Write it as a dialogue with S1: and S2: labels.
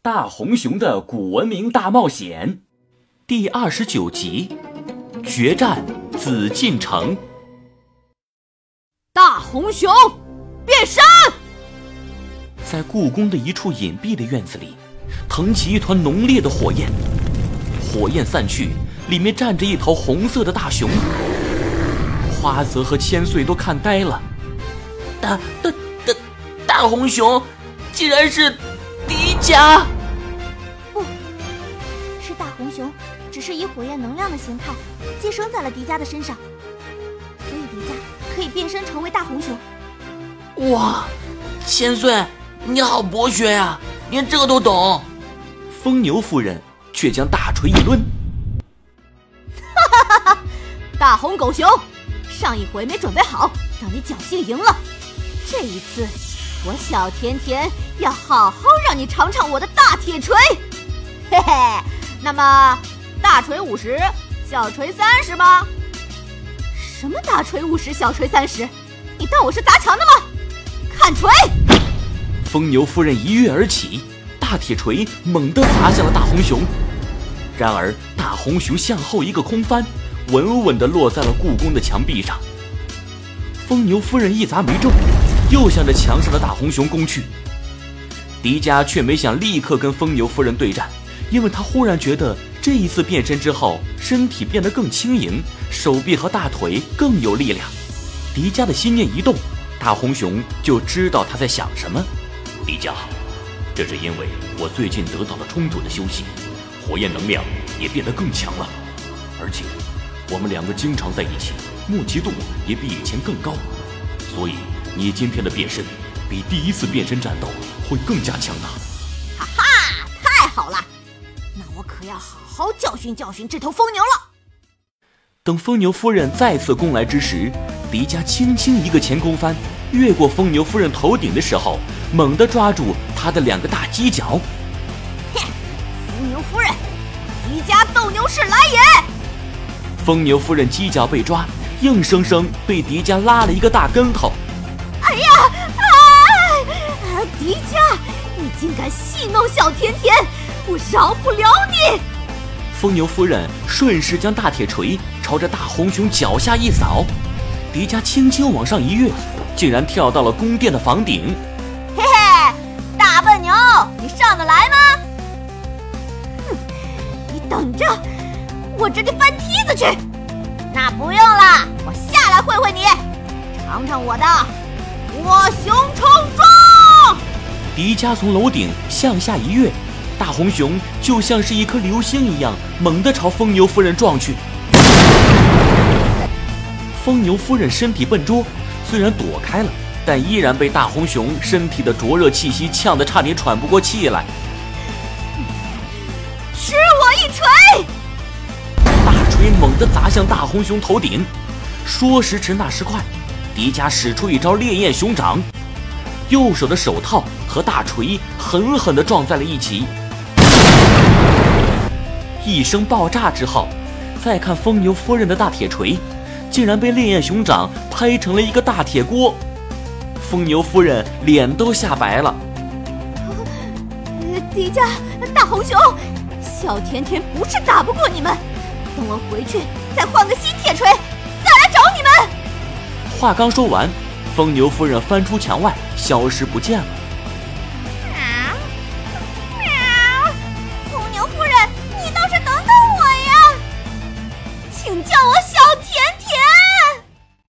S1: 大红熊的古文明大冒险第29集，决战紫禁城。
S2: 大红熊变身！
S1: 在故宫的一处隐蔽的院子里，腾起一团浓烈的火焰，火焰散去，里面站着一头红色的大熊。花泽和千岁都看呆了，
S3: 大红熊竟然是迪迦！
S4: 不是，大红熊只是以火焰能量的形态寄生在了迪迦的身上，所以迪迦可以变身成为大红熊。
S3: 哇，千岁你好博学呀，连这个都懂。
S1: 疯牛夫人却将大锤一抡，
S2: 哈哈哈！大红狗熊，上一回没准备好，让你侥幸赢了。这一次，我小甜甜要好好让你尝尝我的大铁锤。嘿嘿，那么大锤50，小锤30吗？什么大锤50，小锤30？你当我是砸墙的吗？看锤！
S1: 疯牛夫人一跃而起，大铁锤猛地砸向了大红熊。然而大红熊向后一个空翻，稳稳地落在了故宫的墙壁上。疯牛夫人一砸没中，又向着墙上的大红熊攻去。迪迦却没想立刻跟疯牛夫人对战，因为他忽然觉得这一次变身之后，身体变得更轻盈，手臂和大腿更有力量。迪迦的心念一动，大红熊就知道他在想什么。
S5: 迪迦，这是因为我最近得到了充足的休息，火焰能量也变得更强了，而且我们两个经常在一起，默契度也比以前更高，所以你今天的变身比第一次变身战斗会更加强大。
S2: 哈哈，太好了，那我可要好好教训教训这头疯牛了。
S1: 等疯牛夫人再次攻来之时，迪迦轻轻一个前空翻，越过疯牛夫人头顶的时候，猛地抓住她的2个大犄角。
S2: 哼，疯牛夫人，迪迦斗牛士来也！
S1: 疯牛夫人犄角被抓，硬生生被迪迦拉了一个大跟头。
S2: 哎呀，迪迦，你竟敢戏弄小甜甜，我饶不了你！
S1: 疯牛夫人顺势将大铁锤朝着大红熊脚下一扫，迪迦轻轻往上一跃，竟然跳到了宫殿的房顶。
S2: 嘿嘿，大笨牛，你上得来吗？哼，你等着，我直接搬梯子去。那不用了，我下来会会你，尝尝我的火熊冲撞！
S1: 迪迦从楼顶向下一跃，大红熊就像是一颗流星一样，猛地朝疯牛夫人撞去。疯牛夫人身体笨拙，虽然躲开了，但依然被大红熊身体的灼热气息呛得差点喘不过气来。
S2: 吃我一锤！
S1: 大锤猛地砸向大红熊头顶。说时迟那时快，迪迦使出一招烈焰熊掌，右手的手套和大锤狠狠地撞在了一起。一声爆炸之后，再看疯牛夫人的大铁锤，竟然被烈焰熊掌拍成了一个大铁锅。疯牛夫人脸都吓白了。
S2: 迪迦，大红熊，小甜甜不是打不过你们，等我回去再换个新铁锤，再来找你们。
S1: 话刚说完，疯牛夫人翻出墙外，消失不见了。
S4: 疯牛夫人，你倒是等等我呀！
S2: 请叫我小